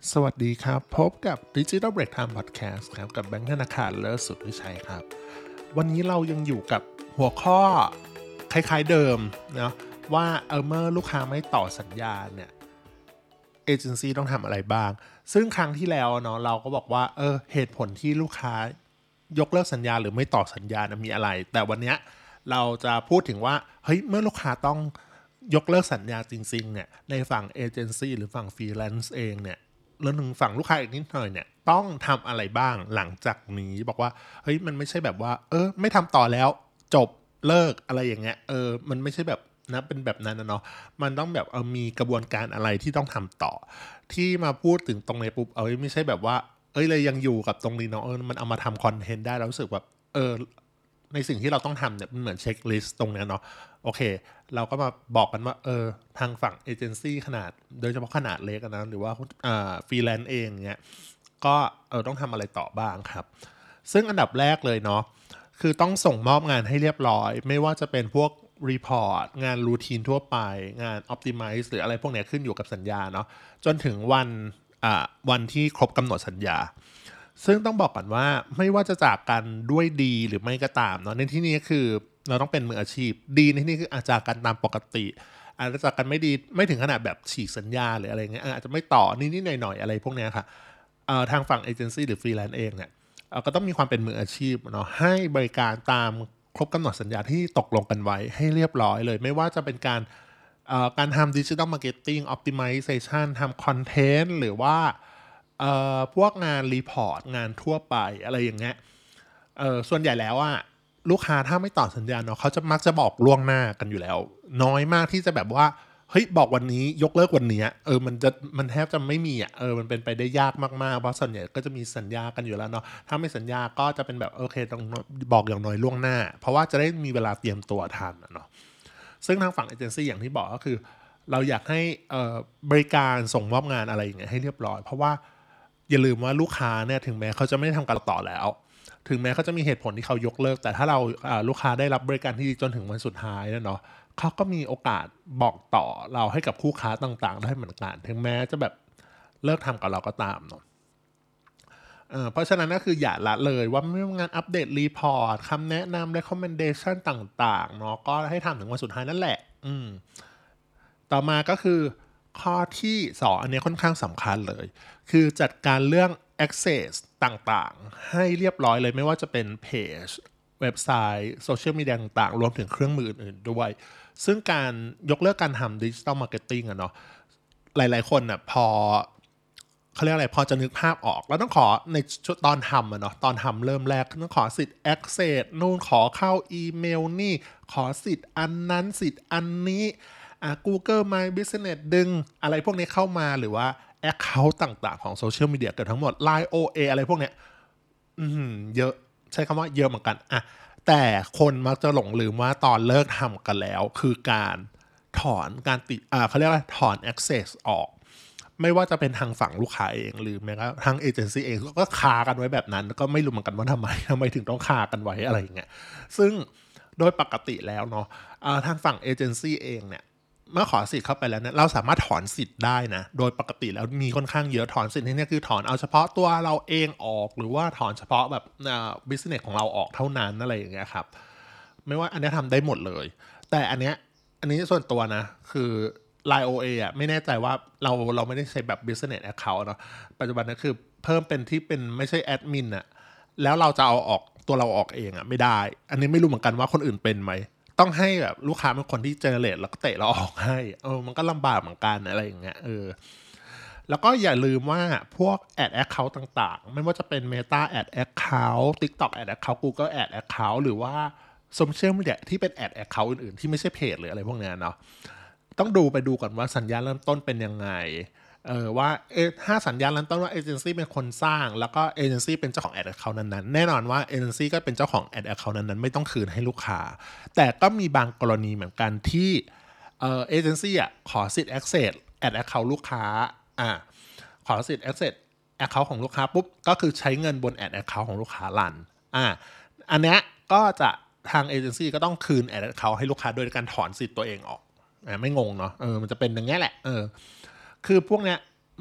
สวัสดีครับพบกับ Digital Break Time Podcast ครับกับแบงค์ธนาคารเลิศสุดวิชัยครับวันนี้เรายังอยู่กับหัวข้อคล้ายๆเดิมนะว่าเมื่อลูกค้าไม่ต่อสัญญาเนี่ยเอเจนซี่ต้องทำอะไรบ้างซึ่งครั้งที่แล้วเนาะเราก็บอกว่าเหตุผลที่ลูกค้ายกเลิกสัญญาหรือไม่ต่อสัญญานะมีอะไรแต่วันนี้เราจะพูดถึงว่าเฮ้ยเมื่อลูกค้าต้องยกเลิกสัญญาจริงๆเนี่ยในฝั่งเอเจนซี่หรือฝั่งฟรีแลนซ์เองเนี่ยแล้วถึงฝั่งลูกค้าอีกนิดหน่อยเนี่ยต้องทำอะไรบ้างหลังจากนี้บอกว่าเฮ้ยมันไม่ใช่แบบว่าไม่ทำต่อแล้วจบเลิกอะไรอย่างเงี้ยมันไม่ใช่แบบนะเป็นแบบนั้นนะเนาะมันต้องแบบมีกระบวนการอะไรที่ต้องทำต่อที่มาพูดถึงตรงนี้ปุ๊บไม่ใช่แบบว่าเลยยังอยู่กับตรงนี้เนาะมันเอามาทำคอนเทนต์ได้แล้วรู้สึกแบบในสิ่งที่เราต้องทำเนี่ยมันเหมือนเช็คลิสต์ตรงนี้เนาะโอเคเราก็มาบอกกันว่าทางฝั่งเอเจนซี่ขนาดโดยเฉพาะขนาดเล็กนะหรือว่าฟรีแลนซ์เองเนี่ยก็ต้องทำอะไรต่อบ้างครับซึ่งอันดับแรกเลยเนาะคือต้องส่งมอบงานให้เรียบร้อยไม่ว่าจะเป็นพวกรีพอร์ตงานรูทีนทั่วไปงาน Optimize หรืออะไรพวกนี้ขึ้นอยู่กับสัญญาเนาะจนถึงวันที่ครบกำหนดสัญญาซึ่งต้องบอกก่อนว่าไม่ว่าจะจากกันด้วยดีหรือไม่ก็ตามเนาะในที่นี้คือเราต้องเป็นมืออาชีพดีในที่นี้คืออาจจะกันตามปกติอาจจะจากกันไม่ดีไม่ถึงขนาดแบบฉีกสัญญาหรืออะไรเงี้ยอาจจะไม่ต่อนิดๆหน่อยๆอะไรพวกนี้ค่ะทางฝั่งเอเจนซี่หรือฟรีแลนซ์เองเนี่ยก็ต้องมีความเป็นมืออาชีพเนาะให้บริการตามครบกำหนดสัญญาที่ตกลงกันไว้ให้เรียบร้อยเลยไม่ว่าจะเป็นการทำดิจิทัลมาร์เก็ตติ้งออ t ติมิเซชันทำคอนเทนต์หรือว่าพวกงานรีพอร์ตงานทั่วไปอะไรอย่างเงี้ยส่วนใหญ่แล้วอะลูกค้าถ้าไม่ต่อสัญญาเนาะเขาจะมักจะบอกล่วงหน้ากันอยู่แล้วน้อยมากที่จะแบบว่าเฮ้ยบอกวันนี้ยกเลิกวันนี้มันแทบจะไม่มีมันเป็นไปได้ยากมากๆเพราะส่วนใหญ่ก็จะมีสัญญากันอยู่แล้วเนาะถ้าไม่สัญญาก็จะเป็นแบบโอเคต้องบอกอย่างน้อยล่วงหน้าเพราะว่าจะได้มีเวลาเตรียมตัวทันเนาะซึ่งทางฝั่งเอเจนซี่อย่างที่บอกก็คือเราอยากให้บริการส่งมอบงานอะไรอย่างเงี้ยให้เรียบร้อยเพราะว่าอย่าลืมว่าลูกค้าเนี่ยถึงแม้เขาจะไม่ได้ทำการต่อแล้วถึงแม้เขาจะมีเหตุผลที่เขายกเลิกแต่ถ้าเราลูกค้าได้รับบริการที่ดีจนถึงวันสุดท้ายเนาะเขาก็มีโอกาสบอกต่อเราให้กับคู่ค้าต่างๆได้เหมือนกันถึงแม้จะแบบเลิกทำกับเราก็ตามเนาะเพราะฉะนั้นก็คืออย่าละเลยว่าไม่ว่างานอัปเดตรีพอร์ตคำแนะนำ recommendation ต่างๆเนาะก็ให้ทำถึงวันสุดท้ายนั่นแหละต่อมาก็คือข้อที่2อันนี้ค่อนข้างสำคัญเลยคือจัดการเรื่อง access ต่างๆให้เรียบร้อยเลยไม่ว่าจะเป็นเพจเว็บไซต์โซเชียลมีเดียต่างๆรวมถึงเครื่องมืออื่นๆด้วยซึ่งการยกเลิกการทำดิจิตอลมาร์เก็ตติ้งเนาะหลายๆคนพอเขาเรียกอะไรพอจะนึกภาพออกแล้วต้องขอในตอนทำเนาะตอนทำเริ่มแรกต้องขอสิทธิ์ access นู่นขอเข้าอีเมลนี่ขอสิทธิ์อันนั้นสิทธิ์อันนี้Google My Business ดึงอะไรพวกนี้เข้ามาหรือว่า Account ต่างๆของโซเชียลมีเดียเกือบทั้งหมด Line OA อะไรพวกเนี้ยเยอะใช้คำว่าเยอะเหมือนกันแต่คนมักจะหลงลืมว่าตอนเลิกทำกันแล้วคือการถอนการติดเขาเรียกว่าถอน access ออกไม่ว่าจะเป็นทางฝั่งลูกค้าเองหรือแม้กระทั่งทางเอเจนซี่เองก็คากันไว้แบบนั้นก็ไม่รู้เหมือนกันว่าทำไมถึงต้องคากันไว้อะไรอย่างเงี้ยซึ่งโดยปกติแล้วเนาะทางฝั่งเอเจนซี่เองเนี่ยเมื่อขอสิทธิ์เข้าไปแล้วเนี่ยเราสามารถถอนสิทธิ์ได้นะโดยปกติแล้วมีค่อนข้างเยอะถอนสิทธิ์นี่คือถอนเอาเฉพาะตัวเราเองออกหรือว่าถอนเฉพาะแบบบิสเนสของเราออกเท่านั้นอะไรอย่างเงี้ยครับไม่ว่าอันนี้ทำได้หมดเลยแต่อันนี้ส่วนตัวนะคือ Line OA ไม่แน่ใจว่าเราไม่ได้ใช้แบบ Business Account เนาะปัจจุบันก็คือเพิ่มเป็นที่เป็นไม่ใช่แอดมินแล้วเราจะเอาออกตัวเราออกเองไม่ได้อันนี้ไม่รู้เหมือนกันว่าคนอื่นเป็นไหมต้องให้แบบลูกค้าเป็นคนที่เจเนเรตแล้วก็เตะเราออกให้มันก็ลำบากเหมือนกันอะไรอย่างเงี้ยแล้วก็อย่าลืมว่าพวก Ad Account ต่างๆไม่ว่าจะเป็น Meta Ad Account TikTok Ad Account Google Ad Account หรือว่าโซเชียลมีเดียที่เป็น Ad Account อื่นๆที่ไม่ใช่เพจหรืออะไรพวกเนี้ยเนาะต้องดูก่อนว่าสัญญาเริ่มต้นเป็นยังไงว่าถ้าสัญญาเริ่มต้นว่าเอเจนซี่เป็นคนสร้างแล้วก็เอเจนซี่เป็นเจ้าของ Ad Account นั้นๆแน่นอนว่าเอเจนซี่ก็เป็นเจ้าของ Ad Account นั้นๆไม่ต้องคืนให้ลูกค้าแต่ก็มีบางกรณีเหมือนกันที่เอเจนซี่ขอสิทธิ์ access Ad Account ลูกค้าขอสิทธิ์ access Account ของลูกค้าปุ๊บก็คือใช้เงินบน Ad Account ของลูกค้ารันอันเนี้ยก็จะทางเอเจนซี่ก็ต้องคืน Ad Account ให้ลูกค้าโดยการถอนสิทธิ์ตัวเองออกไม่งงเนาะมันจะเป็นอย่างเงี้ยแหละคือพวกเนี้ย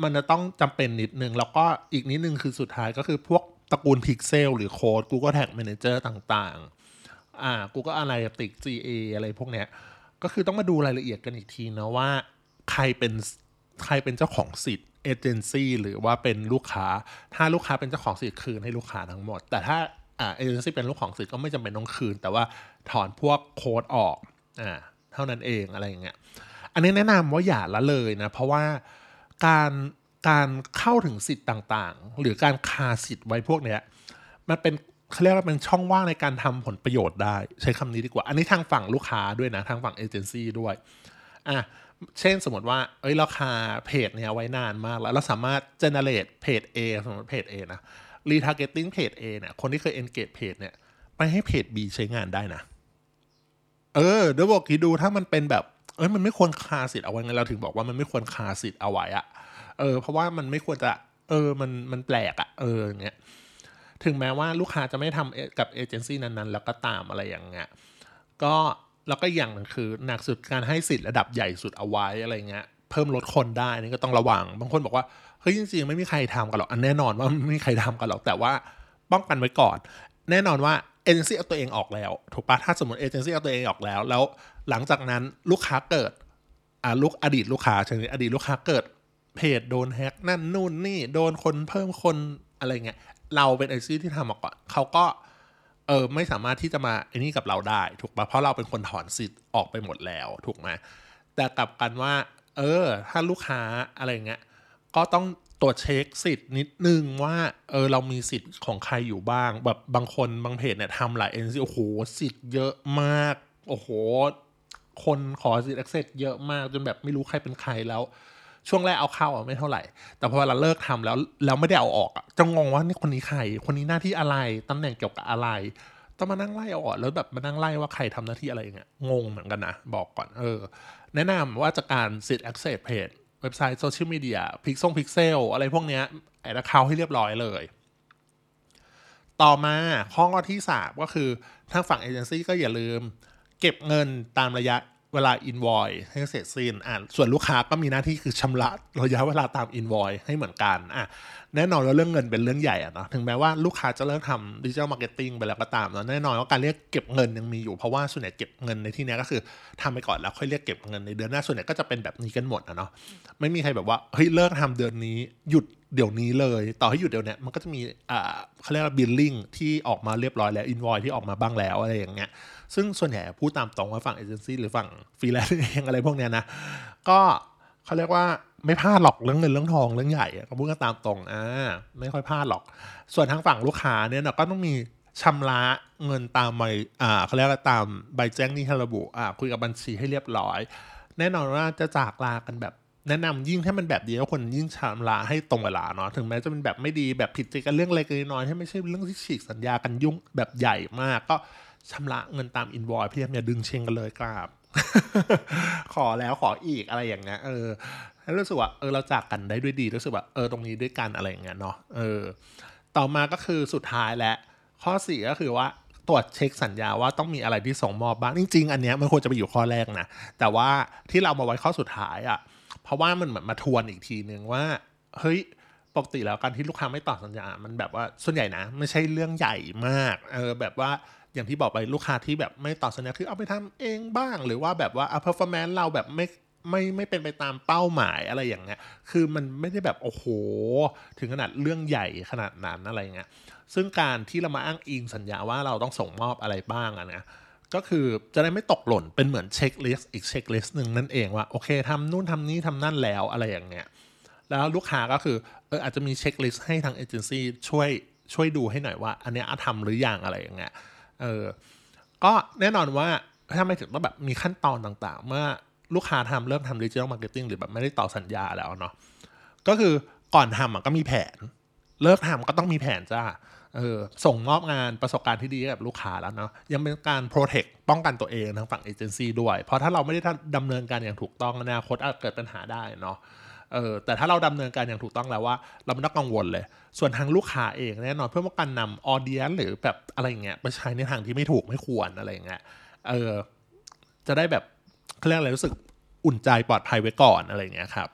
มันจะต้องจำเป็นนิดนึงแล้วก็อีกนิดนึงคือสุดท้ายก็คือพวกตระกูลพิกเซลหรือโค้ด Google Tag Manager ต่างๆGoogle Analytics GA อะไรพวกเนี้ยก็คือต้องมาดูรายละเอียดกันอีกทีนะว่าใครเป็นเจ้าของสิทธิ์เอเจนซี่หรือว่าเป็นลูกค้าถ้าลูกค้าเป็นเจ้าของสิทธิ์คืนให้ลูกค้าทั้งหมดแต่ถ้าเอเจนซี่เป็นลูกของสิทธิ์ก็ไม่จำเป็นต้องคืนแต่ว่าถอนพวกโค้ดออกเท่านั้นเองอะไรอย่างเงี้ยอันนี้แนะนำว่าอย่าละเลยนะเพราะว่าการเข้าถึงสิทธิ์ต่างๆหรือการคาสิทธิ์ไว้พวกเนี้ยมันเป็นเขาเรียกว่าเป็นช่องว่างในการทำผลประโยชน์ได้ใช้คำนี้ดีกว่าอันนี้ทางฝั่งลูกค้าด้วยนะทางฝั่งเอเจนซี่ด้วยเช่นสมมติว่าเราคาเพจเนี่ยไว้นานมากแล้วเราสามารถ generate เพจ A สมมติเพจ A นะ retargeting เพจ A เนี่ยคนที่เคย engage เพจเนี่ยไปให้เพจ B ใช้งานได้นะเดี๋ยวบอกคิดดูถ้ามันเป็นแบบมันไม่ควรคาสิทธิ์เอาไว้ไงเราถึงบอกว่ามันไม่ควรคาสิทธิ์เอาไว้อะเพราะว่ามันไม่ควรจะมันแปลกอะอย่างเงี้ยถึงแม้ว่าลูกค้าจะไม่ทำกับเอเจนซี่นั้นๆแล้วก็ตามอะไรอย่างเงี้ยก็แล้วก็อย่างนึงคือหนักสุดการให้สิทธิ์ระดับใหญ่สุดเอาไว้อะไรเงี้ยเพิ่มลดคนได้นี่ก็ต้องระวังบางคนบอกว่าเฮ้ยจริงๆไม่มีใครทำกันหรอกอันแน่นอนว่าไม่มีใครทำกันหรอกแต่ว่าป้องกันไว้ก่อนแน่นอนว่าเอเจนซี่เอาตัวเองออกแล้วถูกปะถ้าสมมติเอเจนซี่เอาตัวเองออกแล้วหลังจากนั้นลูกค้าเกิดอดีตลูกค้าใช่ไหมอดีตลูกค้าเกิดเพจโดนแฮ็กนั่นนู่นนี่โดนคนเพิ่มคนอะไรเงี้ยเราเป็นเอเจนซี่ที่ทำมาก่อนเขาก็ไม่สามารถที่จะมาไอ้นี่กับเราได้ถูกปะเพราะเราเป็นคนถอนสิทธิ์ออกไปหมดแล้วถูกไหมแต่กลับกันว่าถ้าลูกค้าอะไรเงี้ยก็ต้องตรวจเช็คสิทธิ์นิดนึงว่าเรามีสิทธิ์ของใครอยู่บ้างแบบบางคนบางเพจเนี่ยทำหลายเอ็นซีโอ้โหสิทธิ์เยอะมากโอ้โหคนขอสิทธิ์ access เยอะมากจนแบบไม่รู้ใครเป็นใครแล้วช่วงแรกเอาเข้าไม่เท่าไหร่แต่พอเราเลิกทำแล้วไม่ได้เอาออกจะงงว่านี่คนนี้ใครคนนี้หน้าที่อะไรตำแหน่งเกี่ยวกับอะไรต้องมานั่งไล่เอาออกแล้วแบบมานั่งไล่ว่าใครทำหน้าที่อะไรอย่างเงี้ยงงเหมือนกันนะบอกก่อนแนะนำว่าจากการสิทธิ์ access page เว็บไซต์โซเชียลมีเดียพิกเซลอะไรพวกเนี้ยแอดเขาให้เรียบร้อยเลยต่อมาข้อที่3ก็คือทางฝั่งเอเจนซี่ก็อย่าลืมเก็บเงินตามระยะเวลา invoice ให้เสร็จสิ้นส่วนลูกค้าก็มีหน้าที่คือชำระระยะเวลาตาม invoice ให้เหมือนกันแน่นอนว่าเรื่องเงินเป็นเรื่องใหญ่เนาะถึงแม้ว่าลูกค้าจะเลิกทำ digital marketing ไปแล้วก็ตามแน่นอนว่าการเรียกเก็บเงินยังมีอยู่เพราะว่าส่วนใหญ่เก็บเงินในที่นี้ก็คือทำไปก่อนแล้วค่อยเรียกเก็บเงินในเดือนหน้าส่วนใหญ่ก็จะเป็นแบบนี้กันหมดเนาะไม่มีใครแบบว่าเฮ้ยเลิกทำเดือนนี้หยุดเดี๋ยวนี้เลยต่อให้หยุดเดี๋ยวนี้มันก็จะมีเขาเรียกว่า billing ที่ออกมาเรียบร้อยแล้ว invoice ที่ออกมาบ้างแล้วอะไรอย่างเงี้ยซึ่งส่วนใหญ่พูดตามตรงว่าฝั่งเอเจนซี่หรือฝั่งฟรีแลนซ์เองอะไรพวกเนี้ยนะก็เขาเรียกว่าไม่พลาดหรอกเรื่องเงินเรื่องทองเรื่องใหญ่ก็พูดกันตามตรงไม่ค่อยพลาดหรอกส่วนทางฝั่งลูกค้าเนี่ยก็ต้องมีชำระเงินตามใบเขาเรียกว่าตามใบแจ้งหนี้ที่ระบุคุยกับบัญชีให้เรียบร้อยแน่นอนว่าจะจากลากันแบบแนะนำยิ่งถ้ามันแบบดีก็ควรยิ่งชำระให้ตรงเวลาเนาะถึงแม้จะเป็นแบบไม่ดีแบบผิดใจกันเรื่องเล็กน้อยที่ไม่ใช่เรื่องที่ฉีกสัญญากันยุ่งแบบใหญ่มากก็ชำระเงินตามอินวอยซ์พี่อย่าดึงเชงกันเลยครับ ขอแล้วขออีกอะไรอย่างเงี้ยแล้วรู้สึกว่าเราจากกันได้ด้วยดีรู้สึกว่าตรงนี้ด้วยกันอะไรอย่างเงี้ยเนาะต่อมาก็คือสุดท้ายและข้อ4ก็คือว่าตรวจเช็คสัญญาว่าต้องมีอะไรที่ส่งมอบบ้างจริงๆอันเนี้ยมันควรจะไปอยู่ข้อแรกนะแต่ว่าที่เรามาไว้ข้อสุดท้ายเพราะว่ามันเหมือนมาทวนอีกทีนึงว่าเฮ้ยปกติแล้วการที่ลูกค้าไม่ต่อสัญญามันแบบว่าส่วนใหญ่นะไม่ใช่เรื่องใหญ่มากแบบว่าอย่างที่บอกไปลูกค้าที่แบบไม่ต่อสัญญาคือเอาไปทำเองบ้างหรือว่าแบบว่าperformance เราแบบไม่เป็นไปตามเป้าหมายอะไรอย่างเงี้ยคือมันไม่ได้แบบโอ้โหถึงขนาดเรื่องใหญ่ขนาดนั้นอะไรเงี้ยซึ่งการที่เรามาอ้างอิงสัญญาว่าเราต้องส่งมอบอะไรบ้างนะก็คือจะได้ไม่ตกหล่นเป็นเหมือนเช็คลิสต์อีกเช็คลิสต์หนึ่งนั่นเองว่าโอเคทำนู่นทำนี้ทำนั่นแล้วอะไรอย่างเงี้ยแล้วลูกค้าก็คืออาจจะมีเช็คลิสต์ให้ทางเอเจนซี่ช่วยดูให้หน่อยว่าอันเนี้ยทำหรือยังอะไรอย่างเงี้ยก็แน่นอนว่าถ้าไม่ถึงว่าแบบมีขั้นตอนต่างๆเมื่อลูกค้าเริ่มทำดิจิทัลมาร์เก็ตติ้งหรือแบบไม่ได้ต่อสัญญาแล้วเนาะก็คือก่อนทำก็มีแผนเลิกทำก็ต้องมีแผนจ้าส่งมอบงานประสบการณ์ที่ดีกับลูกค้าแล้วเนาะยังเป็นการโปรเทคป้องกันตัวเองทางฝั่งเอเจนซี่ด้วยเพราะถ้าเราไม่ได้ดำเนินการอย่างถูกต้องอนาคตอาจเกิดปัญหาได้เนาะแต่ถ้าเราดำเนินการอย่างถูกต้องแล้วว่าเราไม่ต้องกังวลเลยส่วนทางลูกค้าเองแน่นอนเพื่อป้องกันนำออเดียนหรือแบบอะไรเงี้ยไปใช้ในทางที่ไม่ถูกไม่ควรอะไรเงี้ยจะได้แบบเขาเรียกอะไรรู้สึกอุ่นใจปลอดภัยไว้ก่อนอะไรเงี้ยครับ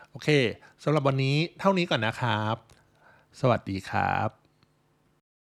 โอเคสำหรับวันนี้เท่านี้ก่อนนะครับสวัสดีครับ